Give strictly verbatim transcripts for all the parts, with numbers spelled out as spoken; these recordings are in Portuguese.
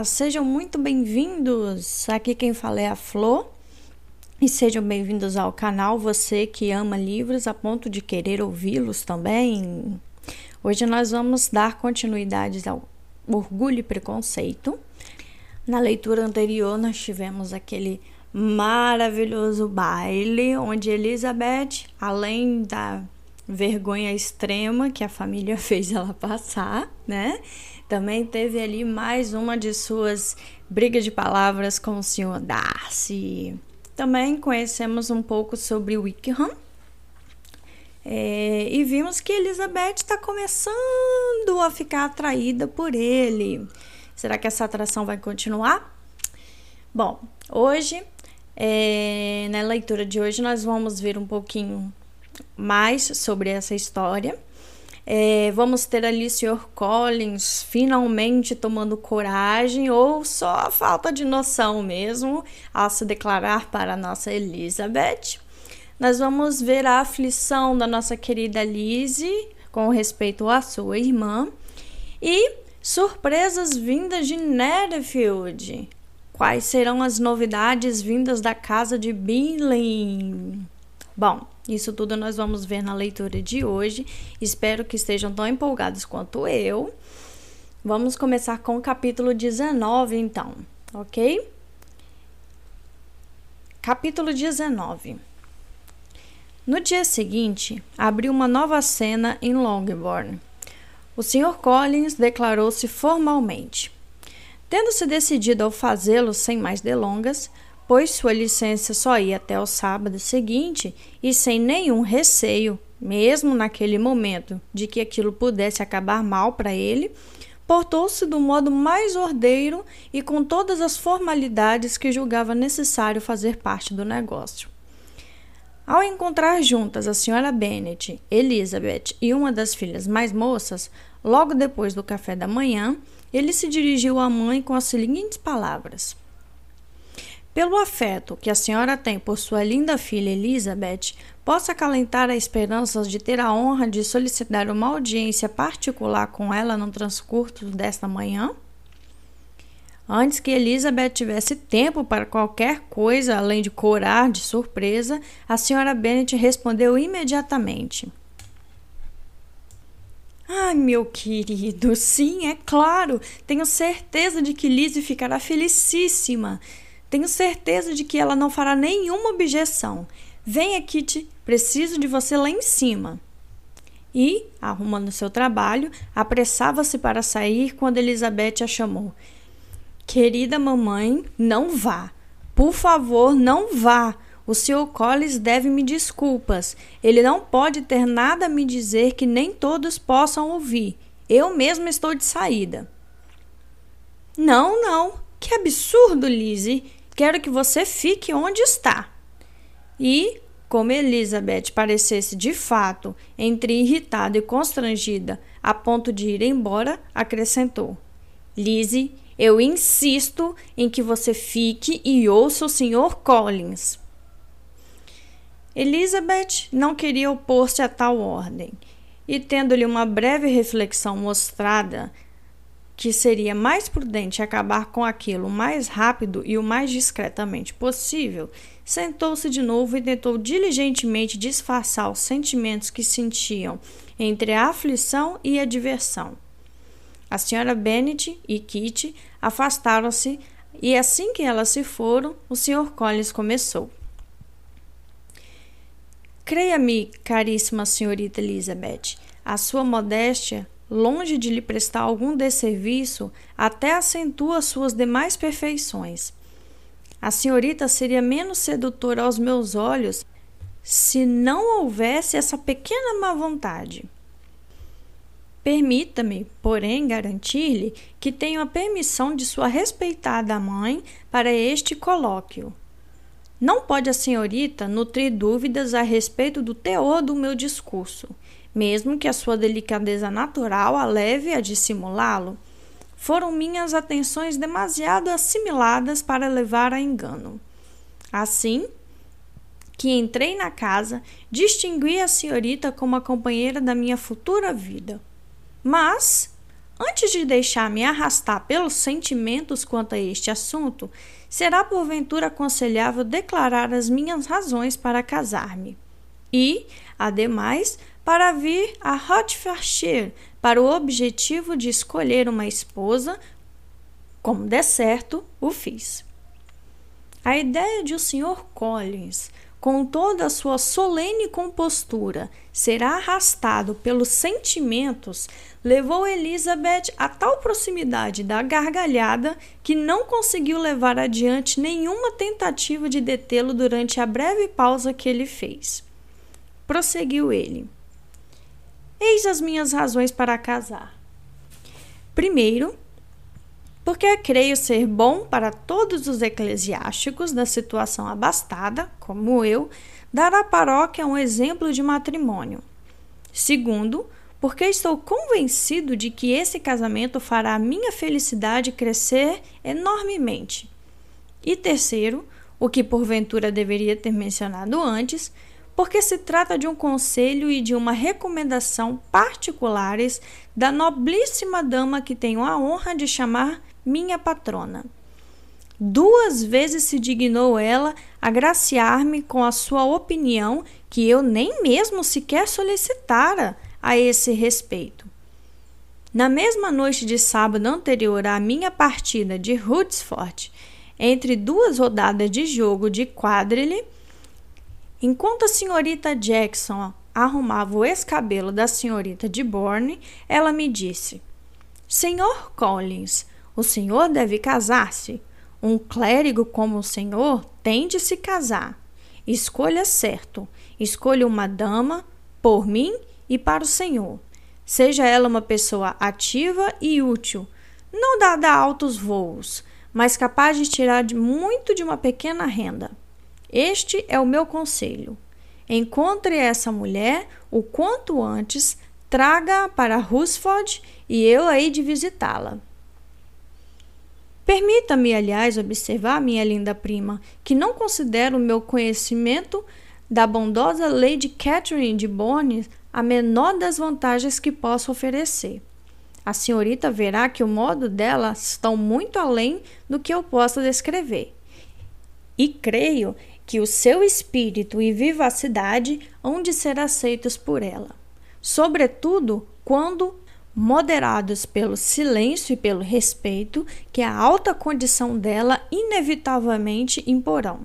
Sejam muito bem-vindos! Aqui quem fala é a Flor e sejam bem-vindos ao canal, você que ama livros a ponto de querer ouvi-los também. Hoje nós vamos dar continuidade ao Orgulho e Preconceito. Na leitura anterior nós tivemos aquele maravilhoso baile onde Elizabeth, além da vergonha extrema que a família fez ela passar, né? Também teve ali mais uma de suas brigas de palavras com o senhor Darcy. Também conhecemos um pouco sobre Wickham. É, e vimos que Elizabeth está começando a ficar atraída por ele. Será que essa atração vai continuar? Bom, hoje, é, na leitura de hoje, nós vamos ver um pouquinho mais sobre essa história. É, vamos ter ali o senhor Collins finalmente tomando coragem ou só a falta de noção mesmo ao se declarar para a nossa Elizabeth. Nós vamos ver a aflição da nossa querida Lizzie com respeito à sua irmã e surpresas vindas de Netherfield. Quais serão as novidades vindas da casa de Bingley? Bom, isso tudo nós vamos ver na leitura de hoje. Espero que estejam tão empolgados quanto eu. Vamos começar com o capítulo dezenove, então, ok? Capítulo dezenove. No dia seguinte, abriu uma nova cena em Longbourn. O senhor Collins declarou-se formalmente. Tendo-se decidido ao fazê-lo sem mais delongas, pois sua licença só ia até o sábado seguinte e sem nenhum receio, mesmo naquele momento, de que aquilo pudesse acabar mal para ele, portou-se do modo mais ordeiro e com todas as formalidades que julgava necessário fazer parte do negócio. Ao encontrar juntas a senhora Bennet, Elizabeth e uma das filhas mais moças, logo depois do café da manhã, ele se dirigiu à mãe com as seguintes palavras: pelo afeto que a senhora tem por sua linda filha Elizabeth, posso acalentar as esperanças de ter a honra de solicitar uma audiência particular com ela no transcurso desta manhã? Antes que Elizabeth tivesse tempo para qualquer coisa além de corar de surpresa, a senhora Bennet respondeu imediatamente: ai, meu querido, sim, é claro, tenho certeza de que Lizzie ficará felicíssima. Tenho certeza de que ela não fará nenhuma objeção. Venha, Kitty, preciso de você lá em cima. E, arrumando seu trabalho, apressava-se para sair quando Elizabeth a chamou. Querida mamãe, não vá. Por favor, não vá. O senhor Collins deve-me desculpas. Ele não pode ter nada a me dizer que nem todos possam ouvir. Eu mesma estou de saída. Não, não. Que absurdo, Lizzie. Quero que você fique onde está. E, como Elizabeth parecesse de fato entre irritada e constrangida a ponto de ir embora, acrescentou: Lizzie, eu insisto em que você fique e ouça o senhor Collins. Elizabeth não queria opor-se a tal ordem, e tendo-lhe uma breve reflexão mostrada que seria mais prudente acabar com aquilo o mais rápido e o mais discretamente possível, sentou-se de novo e tentou diligentemente disfarçar os sentimentos que sentiam entre a aflição e a diversão. A senhora Bennet e Kitty afastaram-se e assim que elas se foram, o senhor Collins começou. Creia-me, caríssima senhorita Elizabeth, a sua modéstia, longe de lhe prestar algum desserviço, até acentua suas demais perfeições. A senhorita seria menos sedutora aos meus olhos se não houvesse essa pequena má vontade. Permita-me, porém, garantir-lhe que tenho a permissão de sua respeitada mãe para este colóquio. Não pode a senhorita nutrir dúvidas a respeito do teor do meu discurso, mesmo que a sua delicadeza natural a leve a dissimulá-lo. Foram minhas atenções demasiado assimiladas para levar a engano. Assim que entrei na casa, distingui a senhorita como a companheira da minha futura vida. Mas, Antes de deixar-me arrastar pelos sentimentos quanto a este assunto, será porventura aconselhável declarar as minhas razões para casar-me. E, ademais, para vir a Hertfordshire para o objetivo de escolher uma esposa, como der certo, o fiz. A ideia de o senhor Collins, com toda a sua solene compostura, será arrastado pelos sentimentos, levou Elizabeth a tal proximidade da gargalhada que não conseguiu levar adiante nenhuma tentativa de detê-lo durante a breve pausa que ele fez. Prosseguiu ele. Eis as minhas razões para casar. Primeiro, porque creio ser bom para todos os eclesiásticos da situação abastada, como eu, dar à paróquia um exemplo de matrimônio. Segundo, porque estou convencido de que esse casamento fará a minha felicidade crescer enormemente. E terceiro, o que porventura deveria ter mencionado antes, porque se trata de um conselho e de uma recomendação particulares da nobilíssima dama que tenho a honra de chamar minha patrona. Duas vezes se dignou ela agraciar-me com a sua opinião, que eu nem mesmo sequer solicitara a esse respeito. Na mesma noite de sábado anterior à minha partida de Hunsford, entre duas rodadas de jogo de quadrille, enquanto a senhorita Jackson arrumava o escabelo da senhorita de Bourne, ela me disse: senhor Collins, o senhor deve casar-se. Um clérigo como o senhor tem de se casar. Escolha certo. Escolha uma dama, por mim e para o senhor. Seja ela uma pessoa ativa e útil, não dada a altos voos, mas capaz de tirar de muito de uma pequena renda. Este é o meu conselho. Encontre essa mulher o quanto antes, traga-a para Hunsford e eu hei de visitá-la. Permita-me, aliás, observar, minha linda prima, que não considero o meu conhecimento da bondosa Lady Catherine de Bourne a menor das vantagens que posso oferecer. A senhorita verá que o modo dela está muito além do que eu possa descrever. E creio que o seu espírito e vivacidade hão de ser aceitos por ela, sobretudo quando moderados pelo silêncio e pelo respeito que a alta condição dela inevitavelmente imporão.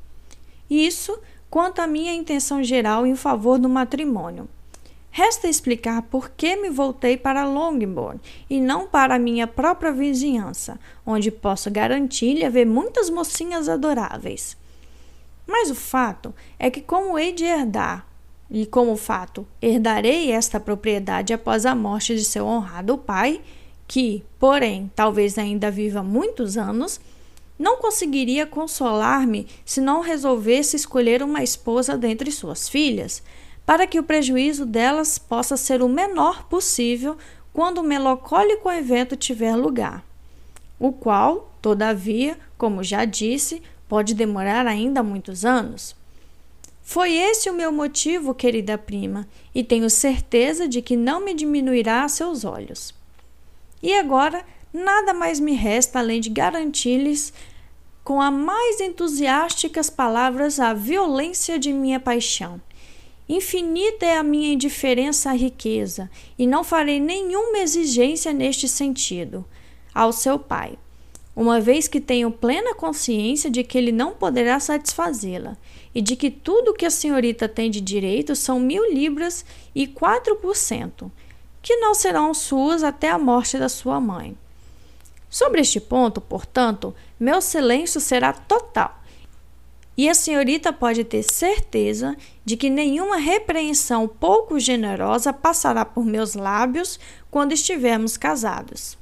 Isso quanto à minha intenção geral em favor do matrimônio. Resta explicar por que me voltei para Longbourn e não para a minha própria vizinhança, onde posso garantir-lhe haver muitas mocinhas adoráveis. Mas o fato é que, como hei de herdar, e como fato, herdarei esta propriedade após a morte de seu honrado pai, que, porém, talvez ainda viva muitos anos, não conseguiria consolar-me se não resolvesse escolher uma esposa dentre suas filhas, para que o prejuízo delas possa ser o menor possível quando o melancólico evento tiver lugar, o qual, todavia, como já disse, pode demorar ainda muitos anos. Foi esse o meu motivo, querida prima, e tenho certeza de que não me diminuirá a seus olhos. E agora, nada mais me resta além de garantir-lhes com as mais entusiásticas palavras a violência de minha paixão. Infinita é a minha indiferença à riqueza, e não farei nenhuma exigência neste sentido ao seu pai, uma vez que tenho plena consciência de que ele não poderá satisfazê-la, e de que tudo que a senhorita tem de direito são mil libras e quatro por cento, que não serão suas até a morte da sua mãe. Sobre este ponto, portanto, meu silêncio será total, e a senhorita pode ter certeza de que nenhuma repreensão pouco generosa passará por meus lábios quando estivermos casados.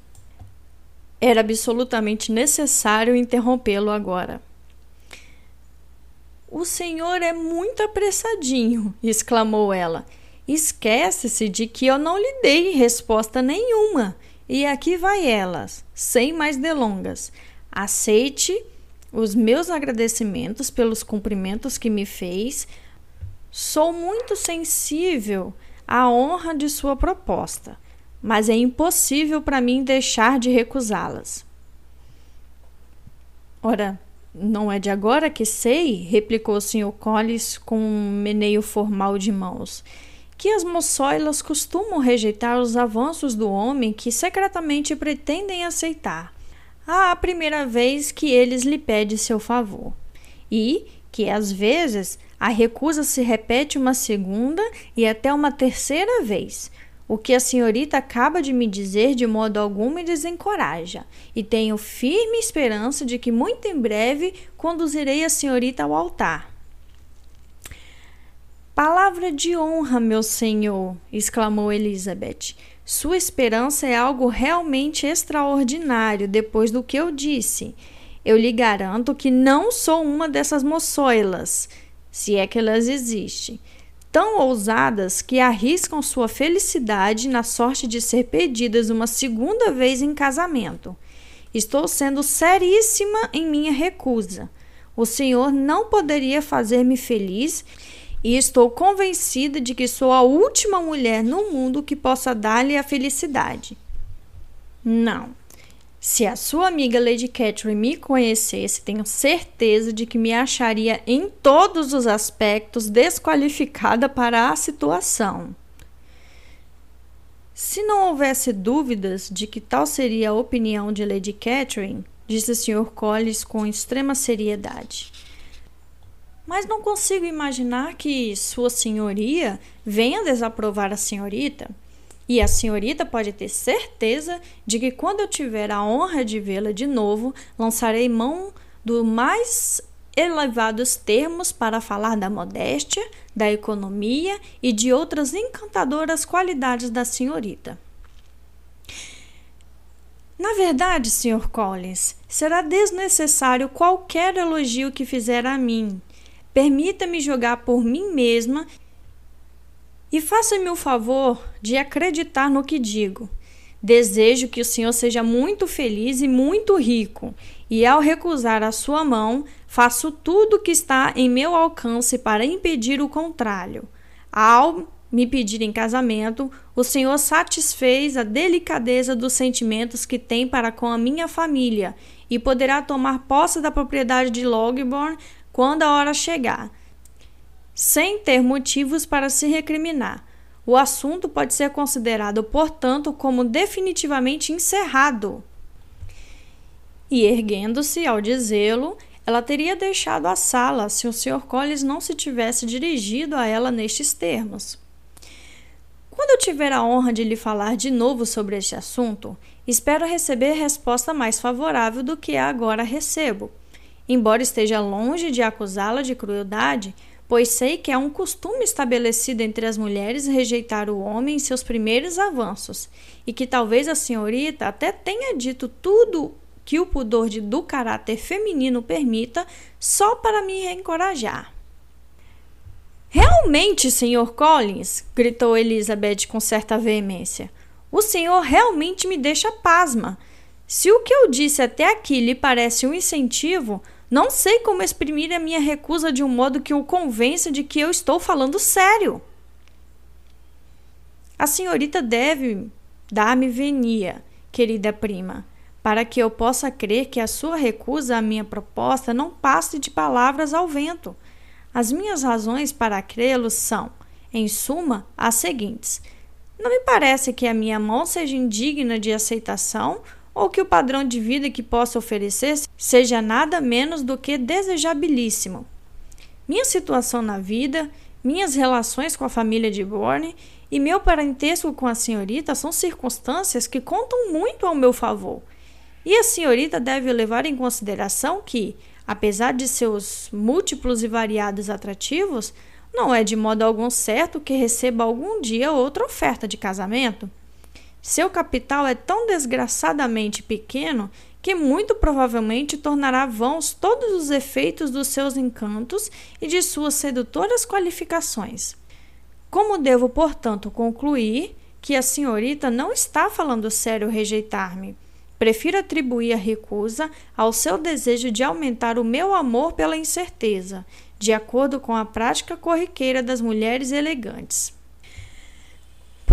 Era absolutamente necessário interrompê-lo agora. O senhor é muito apressadinho, exclamou ela. Esquece-se de que eu não lhe dei resposta nenhuma. E aqui vai elas, sem mais delongas. Aceite os meus agradecimentos pelos cumprimentos que me fez. Sou muito sensível à honra de sua proposta, mas é impossível para mim deixar de recusá-las. Ora, não é de agora que sei, replicou o senhor Collins com um meneio formal de mãos, que as moçoilas costumam rejeitar os avanços do homem que secretamente pretendem aceitar, à primeira vez que eles lhe pedem seu favor, e que, às vezes, a recusa se repete uma segunda e até uma terceira vez. O que a senhorita acaba de me dizer de modo algum me desencoraja, e tenho firme esperança de que muito em breve conduzirei a senhorita ao altar. Palavra de honra, meu senhor, exclamou Elizabeth. Sua esperança é algo realmente extraordinário depois do que eu disse. Eu lhe garanto que não sou uma dessas moçoilas, se é que elas existem, tão ousadas que arriscam sua felicidade na sorte de ser pedidas uma segunda vez em casamento. Estou sendo seríssima em minha recusa. O senhor não poderia fazer-me feliz e estou convencida de que sou a última mulher no mundo que possa dar-lhe a felicidade. Não. Se a sua amiga Lady Catherine me conhecesse, tenho certeza de que me acharia em todos os aspectos desqualificada para a situação. Se não houvesse dúvidas de que tal seria a opinião de Lady Catherine, disse o senhor Collins com extrema seriedade. Mas não consigo imaginar que sua senhoria venha desaprovar a senhorita. E a senhorita pode ter certeza de que quando eu tiver a honra de vê-la de novo, lançarei mão dos mais elevados termos para falar da modéstia, da economia e de outras encantadoras qualidades da senhorita. Na verdade, senhor Collins, será desnecessário qualquer elogio que fizer a mim. Permita-me jogar por mim mesma e faça-me o favor de acreditar no que digo. Desejo que o senhor seja muito feliz e muito rico, e ao recusar a sua mão, faço tudo o que está em meu alcance para impedir o contrário. Ao me pedir em casamento, o senhor satisfez a delicadeza dos sentimentos que tem para com a minha família e poderá tomar posse da propriedade de Longbourn quando a hora chegar, sem ter motivos para se recriminar. O assunto pode ser considerado, portanto, como definitivamente encerrado. E, erguendo-se ao dizê-lo, ela teria deixado a sala se o senhor Collins não se tivesse dirigido a ela nestes termos. Quando eu tiver a honra de lhe falar de novo sobre este assunto, espero receber resposta mais favorável do que agora recebo. Embora esteja longe de acusá-la de crueldade, pois sei que é um costume estabelecido entre as mulheres rejeitar o homem em seus primeiros avanços, e que talvez a senhorita até tenha dito tudo que o pudor de, do caráter feminino permita, só para me encorajar. Realmente, senhor Collins, gritou Elizabeth com certa veemência, o senhor realmente me deixa pasma. Se o que eu disse até aqui lhe parece um incentivo, não sei como exprimir a minha recusa de um modo que o convença de que eu estou falando sério. A senhorita deve dar-me venia, querida prima, para que eu possa crer que a sua recusa à minha proposta não passe de palavras ao vento. As minhas razões para crê-lo são, em suma, as seguintes. Não me parece que a minha mão seja indigna de aceitação, ou que o padrão de vida que possa oferecer seja nada menos do que desejabilíssimo. Minha situação na vida, minhas relações com a família de Bourne e meu parentesco com a senhorita são circunstâncias que contam muito ao meu favor. E a senhorita deve levar em consideração que, apesar de seus múltiplos e variados atrativos, não é de modo algum certo que receba algum dia outra oferta de casamento. Seu capital é tão desgraçadamente pequeno que muito provavelmente tornará vãos todos os efeitos dos seus encantos e de suas sedutoras qualificações. Como devo, portanto, concluir que a senhorita não está falando sério rejeitar-me? Prefiro atribuir a recusa ao seu desejo de aumentar o meu amor pela incerteza, de acordo com a prática corriqueira das mulheres elegantes.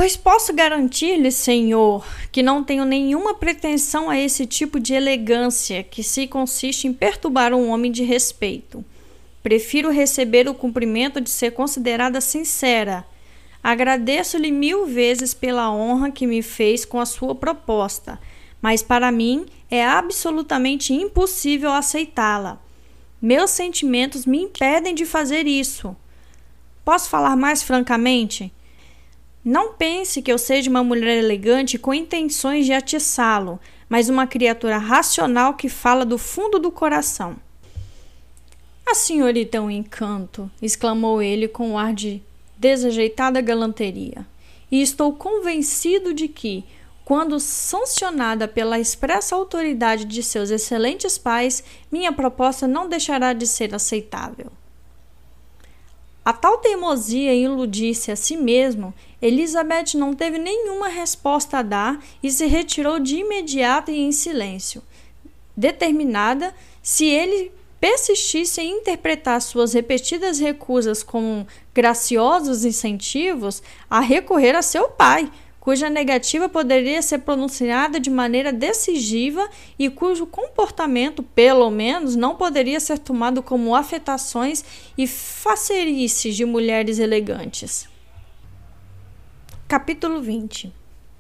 Pois posso garantir-lhe, senhor, que não tenho nenhuma pretensão a esse tipo de elegância que se consiste em perturbar um homem de respeito. Prefiro receber o cumprimento de ser considerada sincera. Agradeço-lhe mil vezes pela honra que me fez com a sua proposta, mas para mim é absolutamente impossível aceitá-la. Meus sentimentos me impedem de fazer isso. Posso falar mais francamente? Não pense que eu seja uma mulher elegante com intenções de atiçá-lo, mas uma criatura racional que fala do fundo do coração. A senhorita é um encanto, exclamou ele com um ar de desajeitada galanteria. E estou convencido de que, quando sancionada pela expressa autoridade de seus excelentes pais, minha proposta não deixará de ser aceitável. A tal teimosia em iludir-se a si mesmo, Elizabeth não teve nenhuma resposta a dar e se retirou de imediato e em silêncio, determinada, se ele persistisse em interpretar suas repetidas recusas como graciosos incentivos, a recorrer a seu pai, cuja negativa poderia ser pronunciada de maneira decisiva e cujo comportamento, pelo menos, não poderia ser tomado como afetações e facerices de mulheres elegantes. Capítulo vinte.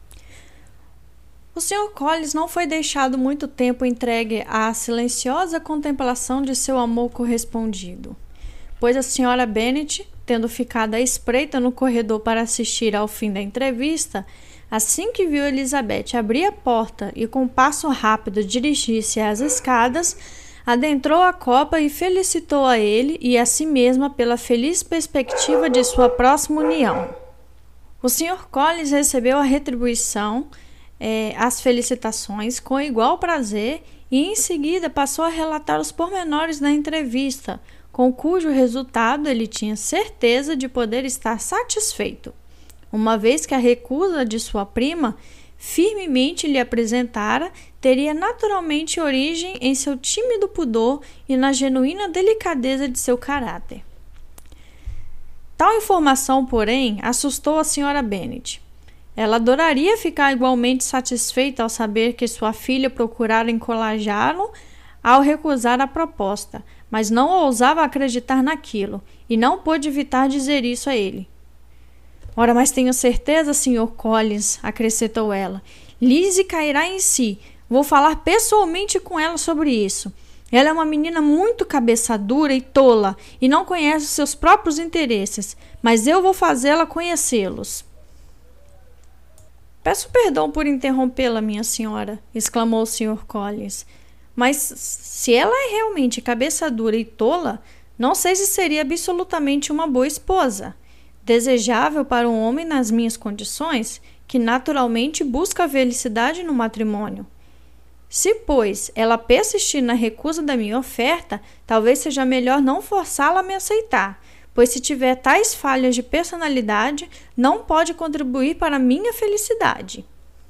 O senhor Collins não foi deixado muito tempo entregue à silenciosa contemplação de seu amor correspondido, pois a senhora Bennet, tendo ficado à espreita no corredor para assistir ao fim da entrevista, assim que viu Elizabeth abrir a porta e com passo rápido dirigir-se às escadas, adentrou a copa e felicitou a ele e a si mesma pela feliz perspectiva de sua próxima união. O senhor Collins recebeu a retribuição, eh, as felicitações com igual prazer e em seguida passou a relatar os pormenores da entrevista, com cujo resultado ele tinha certeza de poder estar satisfeito, uma vez que a recusa de sua prima, firmemente lhe apresentara, teria naturalmente origem em seu tímido pudor e na genuína delicadeza de seu caráter. Tal informação, porém, assustou a senhora Bennet. Ela adoraria ficar igualmente satisfeita ao saber que sua filha procurara encorajá-lo ao recusar a proposta, mas não ousava acreditar naquilo, e não pôde evitar dizer isso a ele. Ora, mas tenho certeza, senhor Collins, acrescentou ela. Lizzie cairá em si. Vou falar pessoalmente com ela sobre isso. Ela é uma menina muito cabeça dura e tola, e não conhece os seus próprios interesses, mas eu vou fazê-la conhecê-los. Peço perdão por interrompê-la, minha senhora, exclamou o senhor Collins. Mas se ela é realmente cabeça dura e tola, não sei se seria absolutamente uma boa esposa. Desejável para um homem nas minhas condições, que naturalmente busca a felicidade no matrimônio. Se, pois, ela persistir na recusa da minha oferta, talvez seja melhor não forçá-la a me aceitar, pois se tiver tais falhas de personalidade, não pode contribuir para a minha felicidade.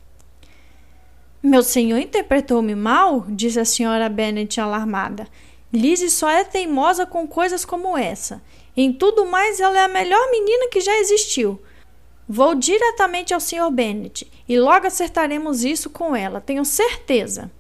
Meu senhor interpretou-me mal, disse a senhora Bennet alarmada. Lizzie só é teimosa com coisas como essa. Em tudo mais, ela é a melhor menina que já existiu. Vou diretamente ao senhor Bennet e logo acertaremos isso com ela, tenho certeza.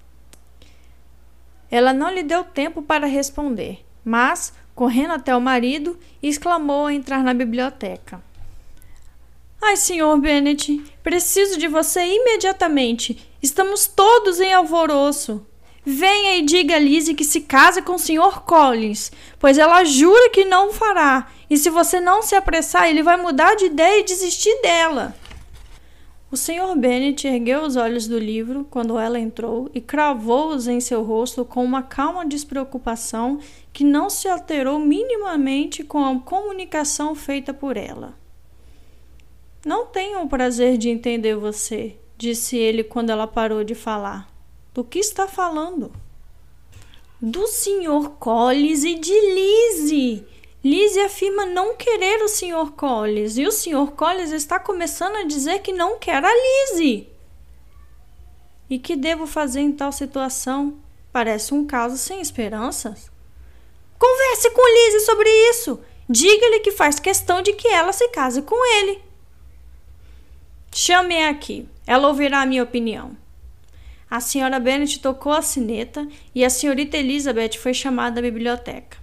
Ela não lhe deu tempo para responder, mas, correndo até o marido, exclamou ao entrar na biblioteca. Ai, senhor Bennet, preciso de você imediatamente. Estamos todos em alvoroço. Venha e diga a Lizzie que se casa com o senhor Collins, pois ela jura que não o fará, e se você não se apressar, ele vai mudar de ideia e desistir dela. O senhor Bennet ergueu os olhos do livro quando ela entrou e cravou-os em seu rosto com uma calma despreocupação que não se alterou minimamente com a comunicação feita por ela. Não tenho o prazer de entender você, disse ele quando ela parou de falar. Do que está falando? Do senhor Collins e de Lizzie. Lizzie afirma não querer o senhor Collins e o senhor Collins está começando a dizer que não quer a Lizzie. E que devo fazer em tal situação? Parece um caso sem esperanças. Converse com Lizzie sobre isso. Diga-lhe que faz questão de que ela se case com ele. Chame-a aqui, ela ouvirá a minha opinião. A senhora Bennet tocou a sineta e a senhorita Elizabeth foi chamada à biblioteca.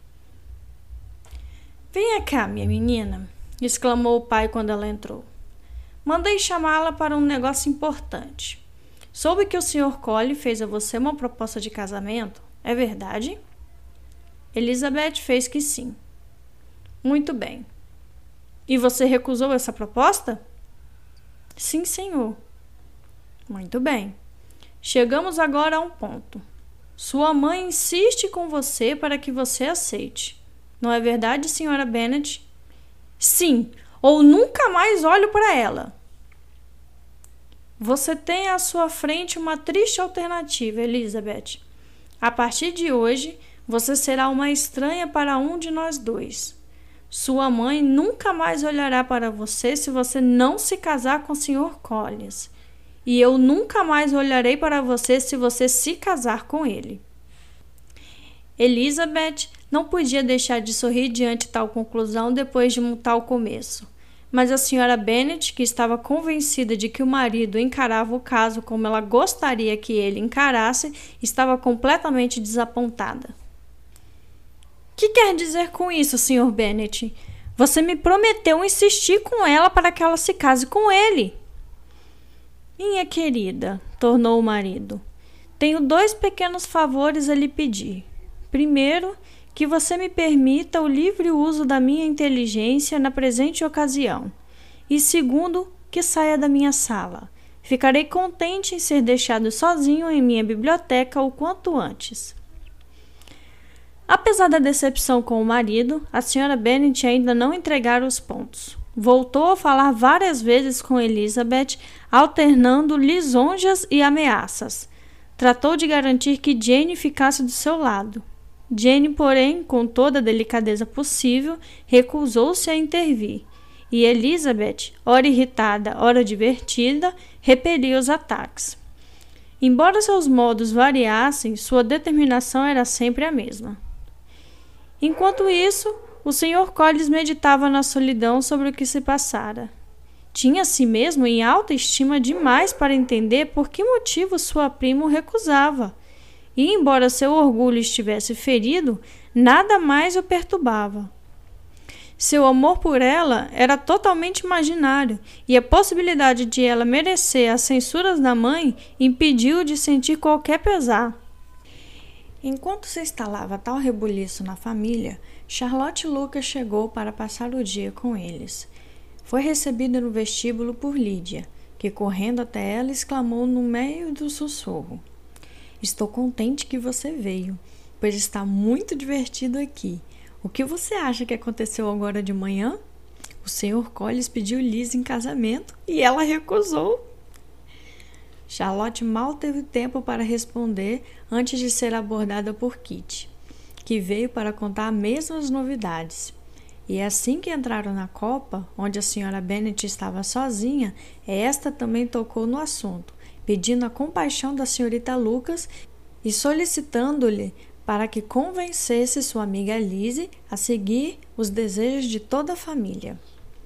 Venha cá, minha menina, exclamou o pai quando ela entrou. Mandei chamá-la para um negócio importante. Soube que o senhor Collins fez a você uma proposta de casamento, é verdade? Elizabeth fez que sim. Muito bem. E você recusou essa proposta? Sim, senhor. Muito bem. Chegamos agora a um ponto. Sua mãe insiste com você para que você aceite. Não é verdade, senhora Bennet? Sim, ou nunca mais olho para ela. Você tem à sua frente uma triste alternativa, Elizabeth. A partir de hoje, você será uma estranha para um de nós dois. Sua mãe nunca mais olhará para você se você não se casar com o senhor Collins. E eu nunca mais olharei para você se você se casar com ele. Elizabeth não podia deixar de sorrir diante de tal conclusão depois de um tal começo. Mas a senhora Bennet, que estava convencida de que o marido encarava o caso como ela gostaria que ele encarasse, estava completamente desapontada. Que quer dizer com isso, senhor Bennet? Você me prometeu insistir com ela para que ela se case com ele. Minha querida, tornou o marido, tenho dois pequenos favores a lhe pedir. Primeiro, que você me permita o livre uso da minha inteligência na presente ocasião. E segundo, que saia da minha sala. Ficarei contente em ser deixado sozinho em minha biblioteca o quanto antes. Apesar da decepção com o marido, a senhora Bennet ainda não entregara os pontos. Voltou a falar várias vezes com Elizabeth, alternando lisonjas e ameaças. Tratou de garantir que Jane ficasse do seu lado. Jane, porém, com toda a delicadeza possível, recusou-se a intervir, e Elizabeth, ora irritada, ora divertida, repelia os ataques. Embora seus modos variassem, sua determinação era sempre a mesma. Enquanto isso, o senhor Collins meditava na solidão sobre o que se passara. Tinha a si mesmo em alta estima demais para entender por que motivo sua prima o recusava. E, embora seu orgulho estivesse ferido, nada mais o perturbava. Seu amor por ela era totalmente imaginário, e a possibilidade de ela merecer as censuras da mãe impediu-o de sentir qualquer pesar. Enquanto se instalava tal rebuliço na família, Charlotte Lucas chegou para passar o dia com eles. Foi recebida no vestíbulo por Lídia, que, correndo até ela, exclamou no meio do sussurro: Estou contente que você veio, pois está muito divertido aqui. O que você acha que aconteceu agora de manhã? O senhor Collins pediu Liz em casamento e ela recusou. Charlotte mal teve tempo para responder antes de ser abordada por Kitty, que veio para contar as mesmas novidades. E assim que entraram na copa, onde a senhora Bennet estava sozinha, esta também tocou no assunto, pedindo a compaixão da senhorita Lucas e solicitando-lhe para que convencesse sua amiga Lizzie a seguir os desejos de toda a família.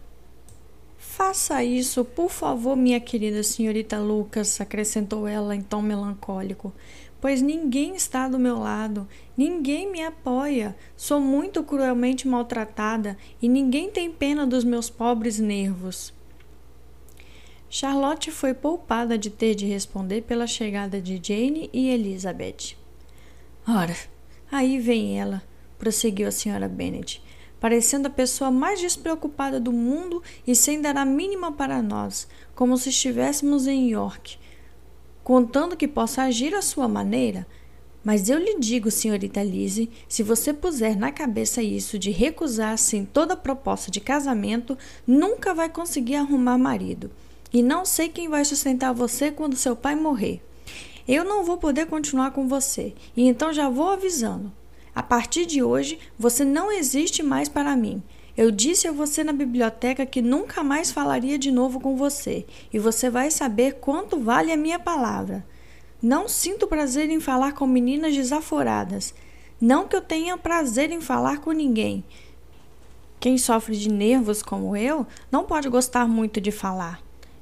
Faça isso, por favor, minha querida senhorita Lucas, acrescentou ela em tom melancólico, pois ninguém está do meu lado, ninguém me apoia, sou muito cruelmente maltratada e ninguém tem pena dos meus pobres nervos. Charlotte foi poupada de ter de responder pela chegada de Jane e Elizabeth. Ora, aí vem ela, prosseguiu a senhora Bennet, parecendo a pessoa mais despreocupada do mundo e sem dar a mínima para nós, como se estivéssemos em York, contando que possa agir à sua maneira. Mas eu lhe digo, senhorita Lizzie, se você puser na cabeça isso de recusar assim toda proposta de casamento, nunca vai conseguir arrumar marido. E não sei quem vai sustentar você quando seu pai morrer. Eu não vou poder continuar com você, e então já vou avisando. A partir de hoje, você não existe mais para mim. Eu disse a você na biblioteca que nunca mais falaria de novo com você, e você vai saber quanto vale a minha palavra. Não sinto prazer em falar com meninas desaforadas. Não que eu tenha prazer em falar com ninguém. Quem sofre de nervos como eu não pode gostar muito de falar.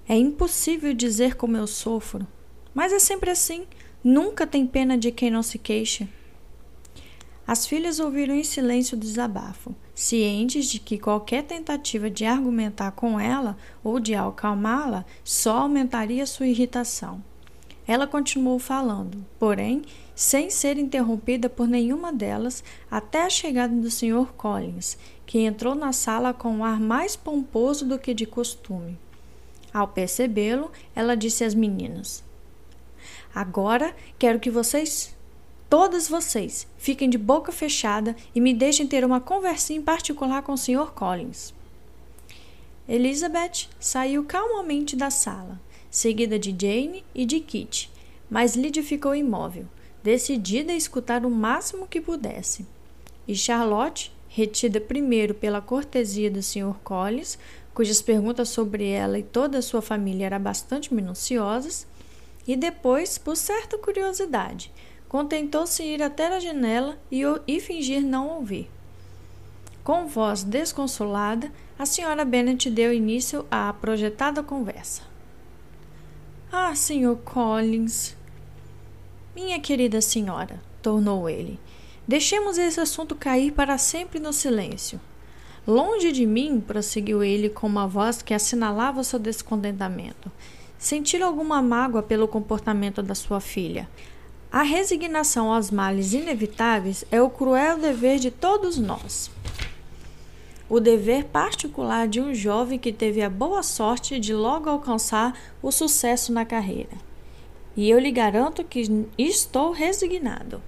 É impossível dizer como eu sofro, mas é sempre assim. Nunca tem pena de quem não se queixa. As filhas ouviram em silêncio o desabafo, cientes de que qualquer tentativa de argumentar com ela ou de acalmá-la só aumentaria sua irritação. Ela continuou falando, porém, sem ser interrompida por nenhuma delas, até a chegada do senhor Collins, que entrou na sala com um ar mais pomposo do que de costume. Ao percebê-lo, ela disse às meninas: "Agora quero que vocês, todas vocês, fiquem de boca fechada e me deixem ter uma conversinha em particular com o senhor Collins." Elizabeth saiu calmamente da sala, seguida de Jane e de Kitty, mas Lydia ficou imóvel, decidida a escutar o máximo que pudesse. E Charlotte, retida primeiro pela cortesia do senhor Collins, cujas perguntas sobre ela e toda a sua família eram bastante minuciosas, e depois, por certa curiosidade, contentou-se em ir até a janela e, e fingir não ouvir. Com voz desconsolada, a senhora Bennet deu início à projetada conversa. "Ah, senhor Collins." "Minha querida senhora", tornou ele, "deixemos esse assunto cair para sempre no silêncio. Longe de mim", prosseguiu ele com uma voz que assinalava seu descontentamento, "sentir alguma mágoa pelo comportamento da sua filha. A resignação aos males inevitáveis é o cruel dever de todos nós. O dever particular de um jovem que teve a boa sorte de logo alcançar o sucesso na carreira. E eu lhe garanto que estou resignado.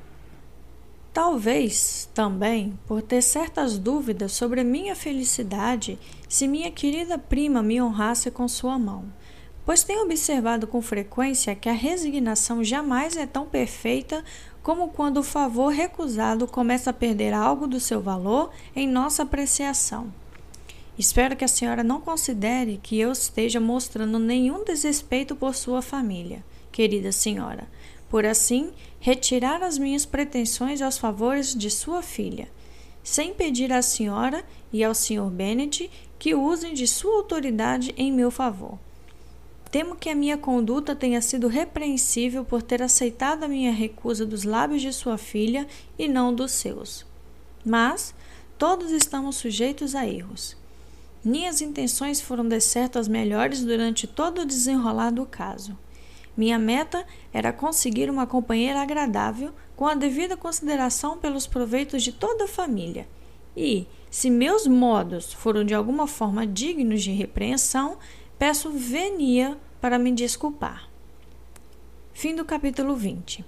Talvez, também, por ter certas dúvidas sobre a minha felicidade, se minha querida prima me honrasse com sua mão, pois tenho observado com frequência que a resignação jamais é tão perfeita como quando o favor recusado começa a perder algo do seu valor em nossa apreciação. Espero que a senhora não considere que eu esteja mostrando nenhum desrespeito por sua família, querida senhora, por assim retirar as minhas pretensões aos favores de sua filha, sem pedir à senhora e ao senhor Bennet que usem de sua autoridade em meu favor. Temo que a minha conduta tenha sido repreensível por ter aceitado a minha recusa dos lábios de sua filha e não dos seus. Mas todos estamos sujeitos a erros. Minhas intenções foram de certo as melhores durante todo o desenrolar do caso. Minha meta era conseguir uma companheira agradável, com a devida consideração pelos proveitos de toda a família. E, se meus modos foram de alguma forma dignos de repreensão, peço venia para me desculpar. Fim do capítulo vinte.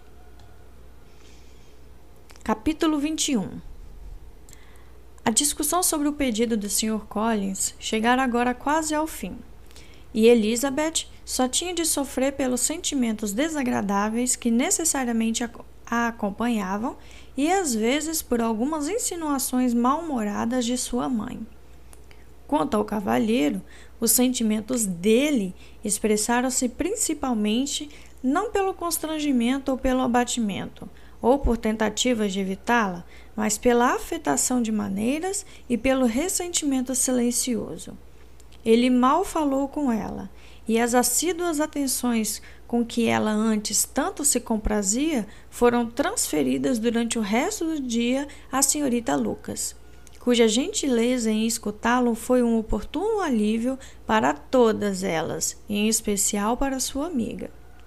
Capítulo vinte e um. A discussão sobre o pedido do senhor Collins chegara agora quase ao fim, e Elizabeth só tinha de sofrer pelos sentimentos desagradáveis que necessariamente a acompanhavam e às vezes por algumas insinuações mal-humoradas de sua mãe. Quanto ao cavalheiro, os sentimentos dele expressaram-se principalmente não pelo constrangimento ou pelo abatimento, ou por tentativas de evitá-la, mas pela afetação de maneiras e pelo ressentimento silencioso. Ele mal falou com ela, e as assíduas atenções com que ela antes tanto se comprazia foram transferidas durante o resto do dia à senhorita Lucas, cuja gentileza em escutá-lo foi um oportuno alívio para todas elas, em especial para sua amiga.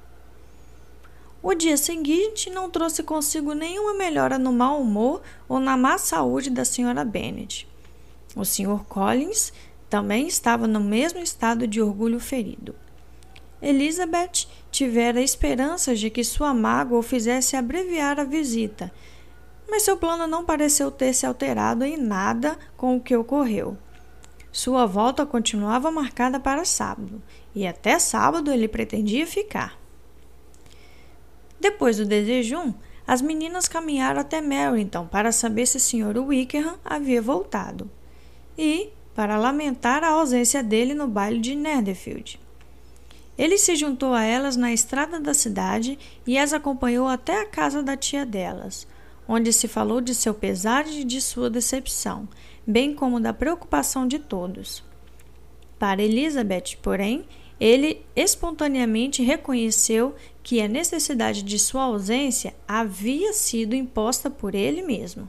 O dia seguinte não trouxe consigo nenhuma melhora no mau humor ou na má saúde da senhora Bennet. O senhor Collins também estava no mesmo estado de orgulho ferido. Elizabeth tivera esperanças de que sua mágoa o fizesse abreviar a visita, mas seu plano não pareceu ter se alterado em nada com o que ocorreu. Sua volta continuava marcada para sábado, e até sábado ele pretendia ficar. Depois do desjejum, as meninas caminharam até Meryton para saber se o senhor Wickham havia voltado, e para lamentar a ausência dele no baile de Netherfield. Ele se juntou a elas na estrada da cidade e as acompanhou até a casa da tia delas, onde se falou de seu pesar e de sua decepção, bem como da preocupação de todos. Para Elizabeth, porém, ele espontaneamente reconheceu que a necessidade de sua ausência havia sido imposta por ele mesmo.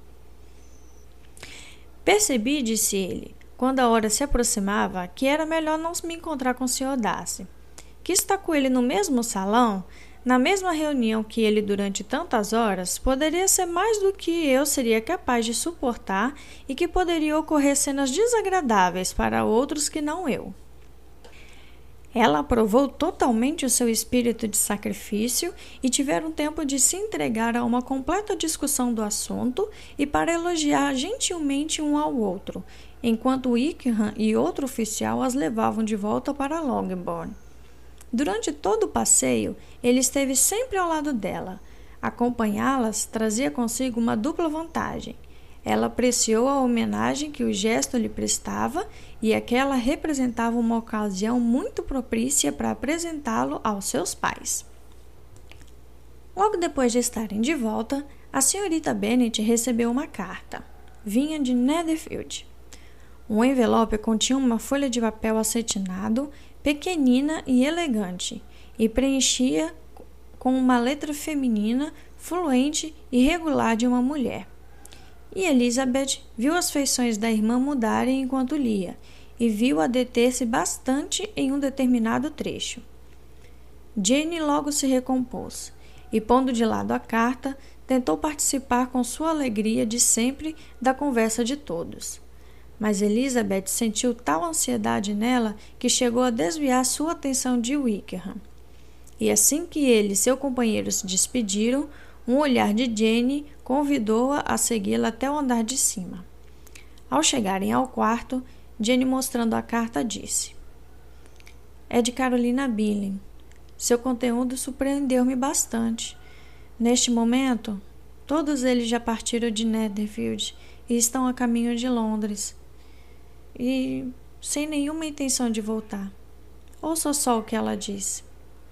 Percebi, disse ele, quando a hora se aproximava, que era melhor não me encontrar com o senhor Darcy. Que estar com ele no mesmo salão, na mesma reunião que ele durante tantas horas, poderia ser mais do que eu seria capaz de suportar e que poderia ocorrer cenas desagradáveis para outros que não eu. Ela aprovou totalmente o seu espírito de sacrifício e tiveram tempo de se entregar a uma completa discussão do assunto e para elogiar gentilmente um ao outro, enquanto Wickham e outro oficial as levavam de volta para Longbourn. Durante todo o passeio, ele esteve sempre ao lado dela. Acompanhá-las trazia consigo uma dupla vantagem. Ela apreciou a homenagem que o gesto lhe prestava e aquela representava uma ocasião muito propícia para apresentá-lo aos seus pais. Logo depois de estarem de volta, a senhorita Bennet recebeu uma carta. Vinha de Netherfield. Um envelope continha uma folha de papel acetinado, pequenina e elegante, e preenchia com uma letra feminina, fluente e regular de uma mulher. E Elizabeth viu as feições da irmã mudarem enquanto lia, e viu-a deter-se bastante em um determinado trecho. Jane logo se recompôs, e pondo de lado a carta, tentou participar com sua alegria de sempre da conversa de todos. Mas Elizabeth sentiu tal ansiedade nela que chegou a desviar sua atenção de Wickham. E assim que ele e seu companheiro se despediram, um olhar de Jane convidou-a a segui-la até o andar de cima. Ao chegarem ao quarto, Jane, mostrando a carta, disse: É de Carolina Billing. Seu conteúdo surpreendeu-me bastante. Neste momento, todos eles já partiram de Netherfield e estão a caminho de Londres. E sem nenhuma intenção de voltar. Ouça só o que ela disse.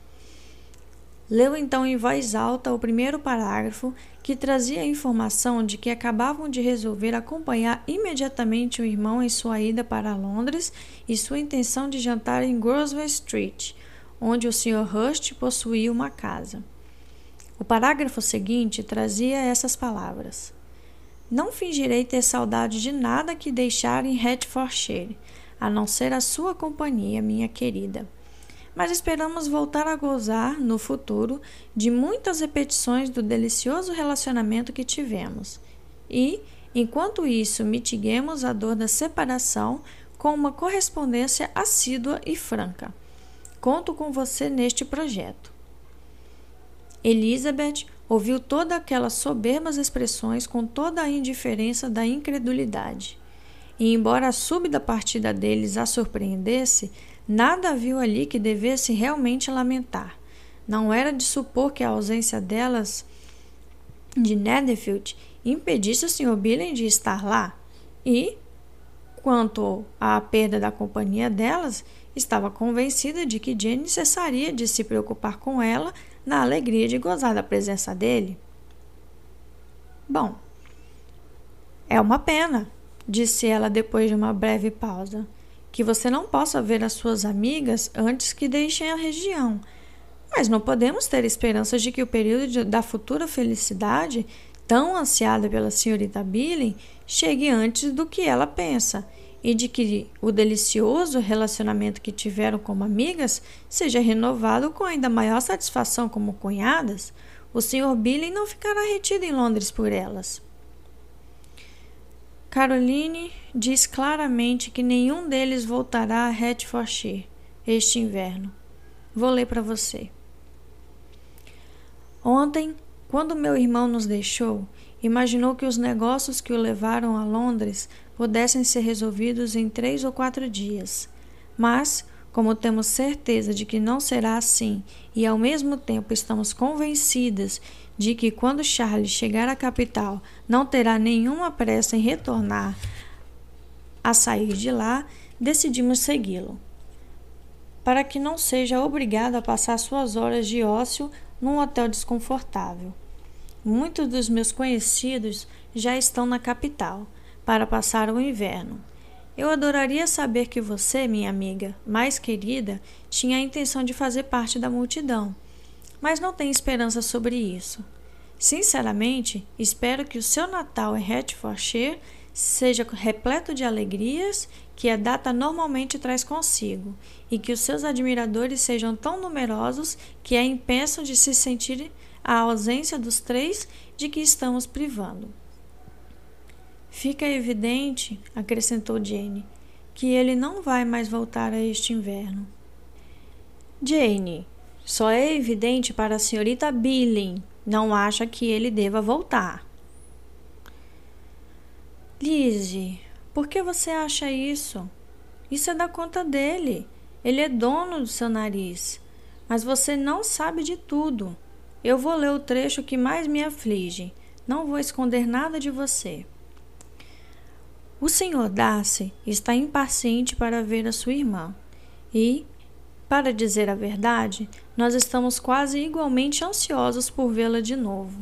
Leu então em voz alta o primeiro parágrafo, que trazia a informação de que acabavam de resolver acompanhar imediatamente o irmão em sua ida para Londres e sua intenção de jantar em Grosvenor Street, onde o senhor Hurst possuía uma casa. O parágrafo seguinte trazia essas palavras: Não fingirei ter saudade de nada que deixar em Hertfordshire, a não ser a sua companhia, minha querida. Mas esperamos voltar a gozar, no futuro, de muitas repetições do delicioso relacionamento que tivemos. E, enquanto isso, mitiguemos a dor da separação com uma correspondência assídua e franca. Conto com você neste projeto. Elizabeth ouviu todas aquelas soberbas expressões com toda a indiferença da incredulidade. E, embora a súbita partida deles a surpreendesse, nada viu ali que devesse realmente lamentar. Não era de supor que a ausência delas de Netherfield impedisse o senhor Billing de estar lá. E, quanto à perda da companhia delas, estava convencida de que Jane cessaria de se preocupar com ela na alegria de gozar da presença dele. Bom, é uma pena, disse ela depois de uma breve pausa, que você não possa ver as suas amigas antes que deixem a região. Mas não podemos ter esperanças de que o período de, da futura felicidade, tão ansiada pela senhorita Billing, chegue antes do que ela pensa, e de que o delicioso relacionamento que tiveram como amigas seja renovado com ainda maior satisfação como cunhadas. O senhor Billing não ficará retido em Londres por elas. Caroline diz claramente que nenhum deles voltará a Hertfordshire este inverno. Vou ler para você. Ontem, quando meu irmão nos deixou, imaginou que os negócios que o levaram a Londres pudessem ser resolvidos em três ou quatro dias. Mas, como temos certeza de que não será assim e ao mesmo tempo estamos convencidas de que quando Charles chegar à capital não terá nenhuma pressa em retornar a sair de lá, decidimos segui-lo, para que não seja obrigado a passar suas horas de ócio num hotel desconfortável. Muitos dos meus conhecidos já estão na capital para passar o inverno, Eu adoraria saber que você, minha amiga mais querida, tinha a intenção de fazer parte da multidão, mas não tenho esperança sobre isso. Sinceramente, espero que o seu Natal em Hertfordshire seja repleto de alegrias que a data normalmente traz consigo, e que os seus admiradores sejam tão numerosos que é impeçam de se sentir a ausência dos três de que estamos privando. Fica evidente, acrescentou Jane, que ele não vai mais voltar a este inverno. Jane, só é evidente para a senhorita Billing. Não acha que ele deva voltar. Lizzie, por que você acha isso? Isso é da conta dele. Ele é dono do seu nariz. Mas você não sabe de tudo. Eu vou ler o trecho que mais me aflige. Não vou esconder nada de você. O senhor Darcy está impaciente para ver a sua irmã. E, para dizer a verdade, nós estamos quase igualmente ansiosos por vê-la de novo.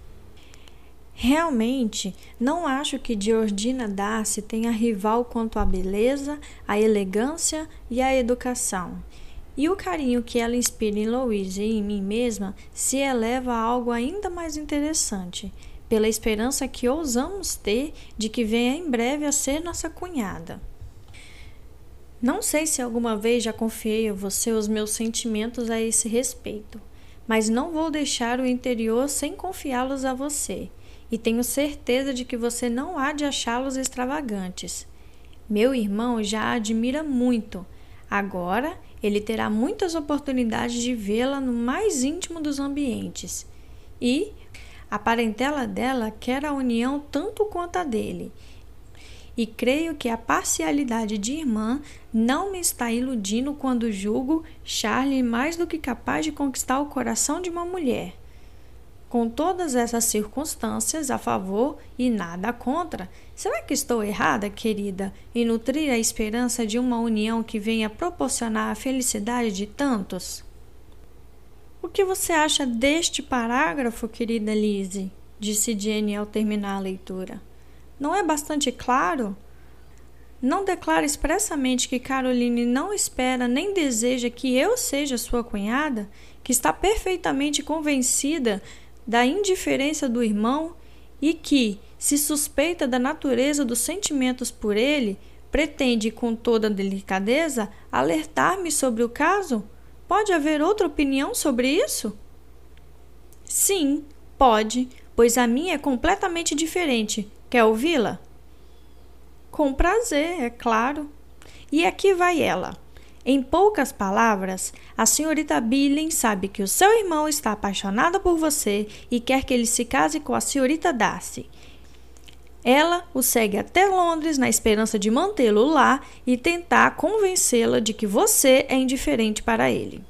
Realmente, não acho que Georgina Darcy tenha rival quanto à beleza, à elegância e à educação. E o carinho que ela inspira em Louise e em mim mesma se eleva a algo ainda mais interessante, pela esperança que ousamos ter de que venha em breve a ser nossa cunhada. Não sei se alguma vez já confiei a você os meus sentimentos a esse respeito, mas não vou deixar o interior sem confiá-los a você, e tenho certeza de que você não há de achá-los extravagantes. Meu irmão já a admira muito. Agora, ele terá muitas oportunidades de vê-la no mais íntimo dos ambientes. E a parentela dela quer a união tanto quanto a dele. E creio que a parcialidade de irmã não me está iludindo quando julgo Charlie mais do que capaz de conquistar o coração de uma mulher. Com todas essas circunstâncias a favor e nada contra, será que estou errada, querida, em nutrir a esperança de uma união que venha proporcionar a felicidade de tantos? O que você acha deste parágrafo, querida Lizzie? Disse Jane ao terminar a leitura. Não é bastante claro? Não declara expressamente que Caroline não espera nem deseja que eu seja sua cunhada, que está perfeitamente convencida da indiferença do irmão e que, se suspeita da natureza dos sentimentos por ele, pretende, com toda delicadeza, alertar-me sobre o caso? Pode haver outra opinião sobre isso? Sim, pode, pois a minha é completamente diferente. Quer ouvi-la? Com prazer, é claro. E aqui vai ela. Em poucas palavras, a senhorita Billing sabe que o seu irmão está apaixonado por você e quer que ele se case com a senhorita Darcy. Ela o segue até Londres na esperança de mantê-lo lá e tentar convencê-la de que você é indiferente para ele.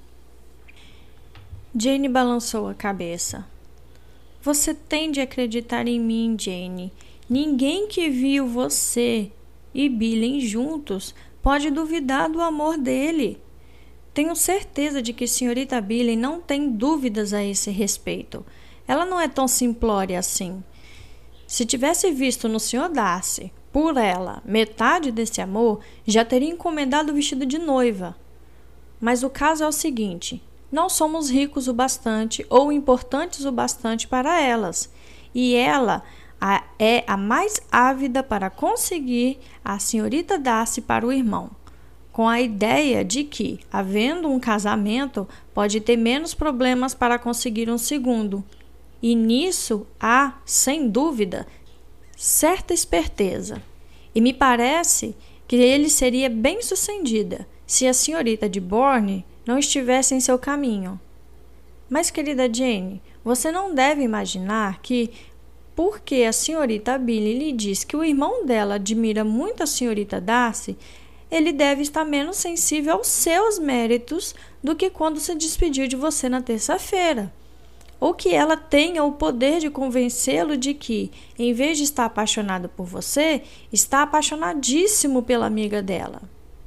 Jane balançou a cabeça. Você tem de acreditar em mim, Jane. Ninguém que viu você e Billing juntos pode duvidar do amor dele. Tenho certeza de que a senhorita Billing não tem dúvidas a esse respeito. Ela não é tão simplória assim. Se tivesse visto no senhor Darcy, por ela, metade desse amor, já teria encomendado o vestido de noiva. Mas o caso é o seguinte: não somos ricos o bastante ou importantes o bastante para elas, e ela a, é a mais ávida para conseguir a senhorita Darcy para o irmão, com a ideia de que, havendo um casamento, pode ter menos problemas para conseguir um segundo. E nisso há, sem dúvida, certa esperteza. E me parece que ele seria bem-sucedida se a senhorita de Bourne não estivesse em seu caminho. Mas, querida Jane, você não deve imaginar que, porque a senhorita Billing lhe diz que o irmão dela admira muito a senhorita Darcy, ele deve estar menos sensível aos seus méritos do que quando se despediu de você na terça-feira. Ou que ela tenha o poder de convencê-lo de que, em vez de estar apaixonado por você, está apaixonadíssimo pela amiga dela.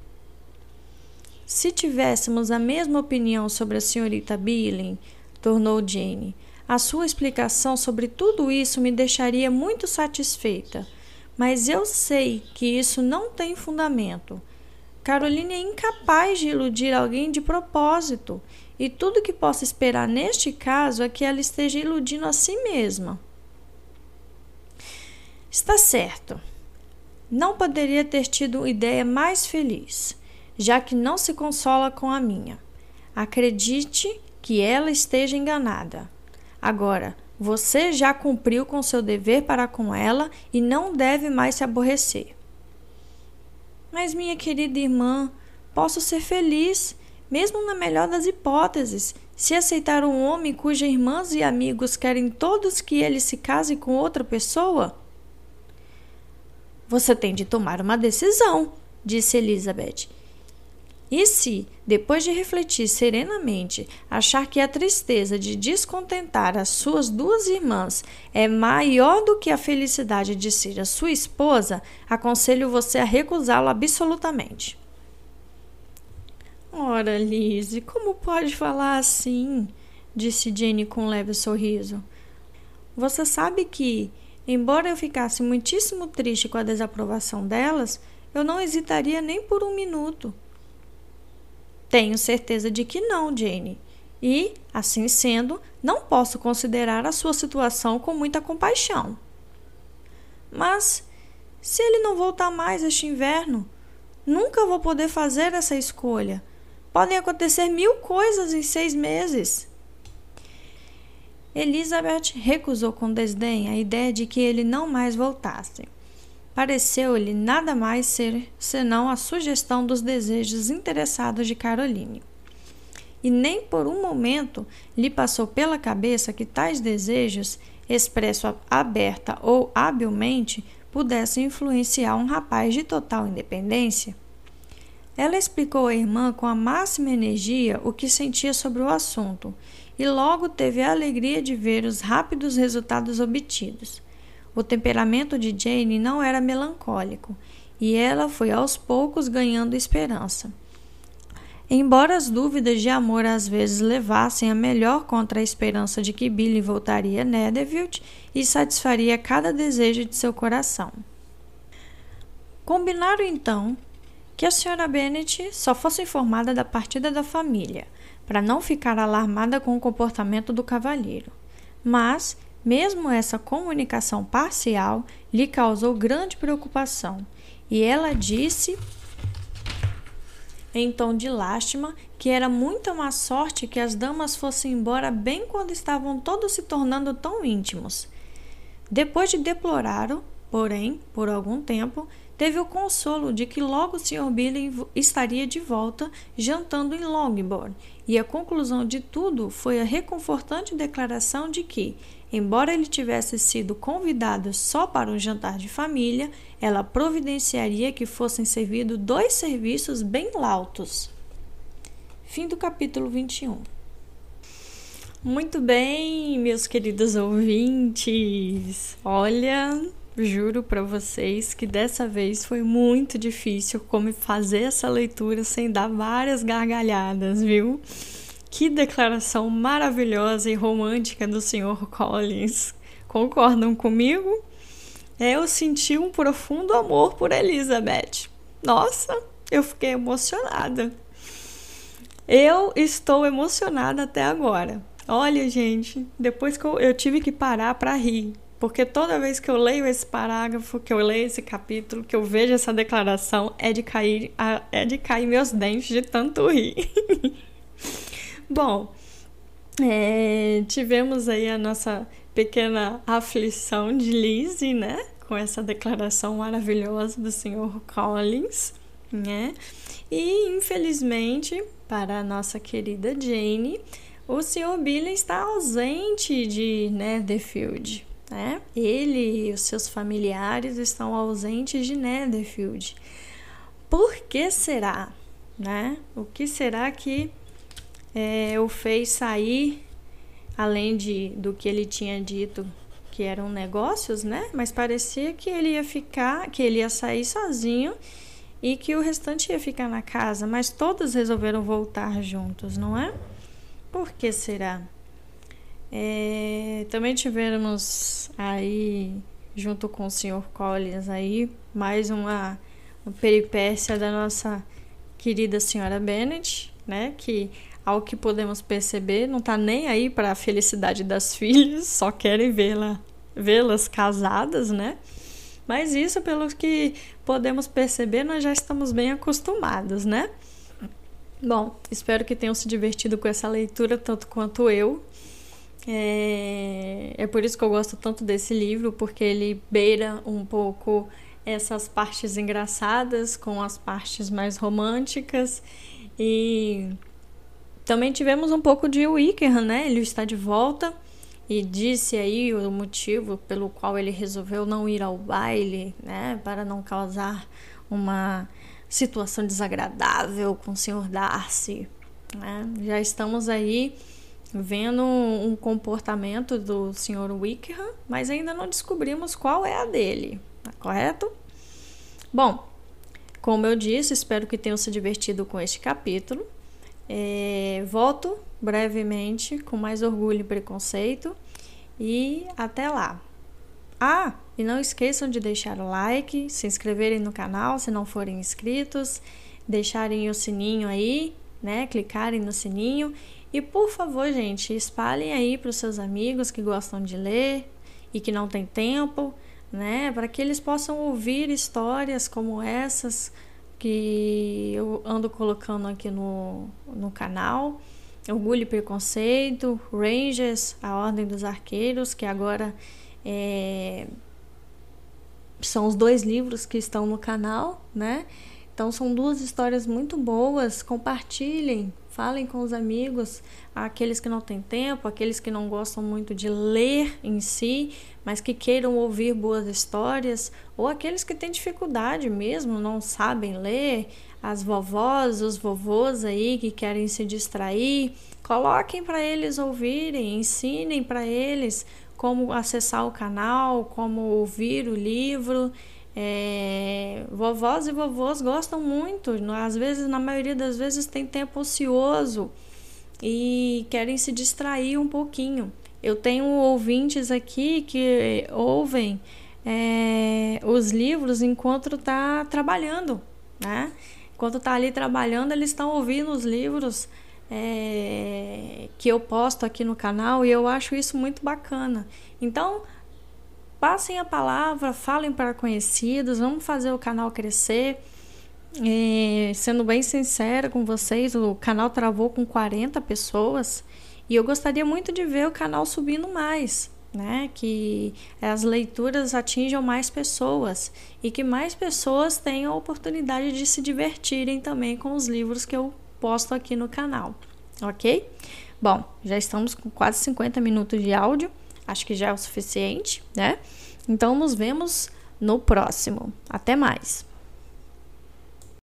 Se tivéssemos a mesma opinião sobre a senhorita Billing, tornou Jane, a sua explicação sobre tudo isso me deixaria muito satisfeita, Mas eu sei que isso não tem fundamento. Caroline é incapaz de iludir alguém de propósito, e tudo que posso esperar neste caso é que ela esteja iludindo a si mesma. Está certo. Não poderia ter tido ideia mais feliz, já que não se consola com a minha. Acredite que ela esteja enganada. Agora, você já cumpriu com seu dever para com ela e não deve mais se aborrecer. Mas, minha querida irmã, posso ser feliz, mesmo na melhor das hipóteses, se aceitar um homem cujas irmãs e amigos querem todos que ele se case com outra pessoa? Você tem de tomar uma decisão, disse Elizabeth. E se, depois de refletir serenamente, achar que a tristeza de descontentar as suas duas irmãs é maior do que a felicidade de ser a sua esposa, aconselho você a recusá-lo absolutamente. Ora, Lizzie, como pode falar assim? Disse Jane com um leve sorriso. Você sabe que, embora eu ficasse muitíssimo triste com a desaprovação delas, eu não hesitaria nem por um minuto. Tenho certeza de que não, Jane. E, assim sendo, não posso considerar a sua situação com muita compaixão. Mas, se ele não voltar mais este inverno, nunca vou poder fazer essa escolha. Podem acontecer mil coisas em seis meses. Elizabeth recusou com desdém a ideia de que ele não mais voltasse. Pareceu-lhe nada mais ser senão a sugestão dos desejos interessados de Caroline. E nem por um momento lhe passou pela cabeça que tais desejos, expressos aberta ou habilmente, pudessem influenciar um rapaz de total independência. Ela explicou à irmã com a máxima energia o que sentia sobre o assunto, e logo teve a alegria de ver os rápidos resultados obtidos. O temperamento de Jane não era melancólico, e ela foi aos poucos ganhando esperança. Embora as dúvidas de amor às vezes levassem a melhor contra a esperança de que Billy voltaria a Netherfield e satisfaria cada desejo de seu coração. Combinaram então que a senhora Bennet só fosse informada da partida da família, para não ficar alarmada com o comportamento do cavalheiro. Mas, mesmo essa comunicação parcial lhe causou grande preocupação, e ela disse, em tom de lástima, que era muita má sorte que as damas fossem embora bem quando estavam todos se tornando tão íntimos. Depois de deplorar-o, porém, por algum tempo, teve o consolo de que logo o senhor Billy estaria de volta, jantando em Longbourn, e a conclusão de tudo foi a reconfortante declaração de que, embora ele tivesse sido convidado só para um jantar de família, ela providenciaria que fossem servidos dois serviços bem lautos. Fim do capítulo vinte e um. Muito bem, meus queridos ouvintes. Olha, juro para vocês que dessa vez foi muito difícil como fazer essa leitura sem dar várias gargalhadas, viu? Que declaração maravilhosa e romântica do senhor Collins. Concordam comigo? Eu senti um profundo amor por Elizabeth. Nossa, eu fiquei emocionada. Eu estou emocionada até agora. Olha, gente, depois que eu, eu tive que parar para rir. Porque toda vez que eu leio esse parágrafo, que eu leio esse capítulo, que eu vejo essa declaração, é de cair, é de cair meus dentes de tanto rir. Bom, é, tivemos aí a nossa pequena aflição de Lizzie, né? Com essa declaração maravilhosa do senhor Collins, né? E, infelizmente, para a nossa querida Jane, o senhor Billy está ausente de Netherfield, né? Ele e os seus familiares estão ausentes de Netherfield. Por que será, né? O que será que É, o fez sair, além de, do que ele tinha dito que eram negócios, né? Mas parecia que ele ia ficar, que ele ia sair sozinho e que o restante ia ficar na casa, mas todos resolveram voltar juntos, não é? Por que será? É, também tivemos aí junto com o senhor Collins aí, mais uma, uma peripécia da nossa querida senhora Bennet, né, que ao que podemos perceber não tá nem aí para a felicidade das filhas, só querem vê-la, vê-las casadas, né? Mas isso, pelo que podemos perceber, nós já estamos bem acostumados, né? Bom, espero que tenham se divertido com essa leitura tanto quanto eu. É, é por isso que eu gosto tanto desse livro, porque ele beira um pouco essas partes engraçadas com as partes mais românticas. E também tivemos um pouco de Wickham, né? Ele está de volta e disse aí o motivo pelo qual ele resolveu não ir ao baile, né? Para não causar uma situação desagradável com o senhor Darcy, né? Já estamos aí vendo um comportamento do senhor Wickham, mas ainda não descobrimos qual é a dele, tá correto? Bom, como eu disse, espero que tenham se divertido com este capítulo. É, volto brevemente com mais orgulho e preconceito e até lá. Ah, e não esqueçam de deixar o like, se inscreverem no canal se não forem inscritos, deixarem o sininho aí, né? Clicarem no sininho. E por favor, gente, espalhem aí para os seus amigos que gostam de ler e que não têm tempo, né? Para que eles possam ouvir histórias como essas que eu ando colocando aqui no, no canal. Orgulho e Preconceito, Rangers, a Ordem dos Arqueiros, que agora é, são os dois livros que estão no canal, né? Então são duas histórias muito boas, compartilhem, falem com os amigos, aqueles que não têm tempo, aqueles que não gostam muito de ler em si, mas que queiram ouvir boas histórias, ou aqueles que têm dificuldade mesmo, não sabem ler, as vovós, os vovôs aí que querem se distrair, coloquem para eles ouvirem, ensinem para eles como acessar o canal, como ouvir o livro. É, vovós e vovôs gostam muito, às vezes, na maioria das vezes tem tempo ocioso e querem se distrair um pouquinho. Eu tenho ouvintes aqui que ouvem é, os livros enquanto está trabalhando, né? Enquanto está ali trabalhando, eles estão ouvindo os livros é, que eu posto aqui no canal, e eu acho isso muito bacana. Então, passem a palavra, falem para conhecidos, vamos fazer o canal crescer. E, sendo bem sincera com vocês, o canal travou com quarenta pessoas e eu gostaria muito de ver o canal subindo mais, né? Que as leituras atinjam mais pessoas e que mais pessoas tenham a oportunidade de se divertirem também com os livros que eu posto aqui no canal, ok? Bom, já estamos com quase cinquenta minutos de áudio. Acho que já é o suficiente, né? Então, nos vemos no próximo. Até mais!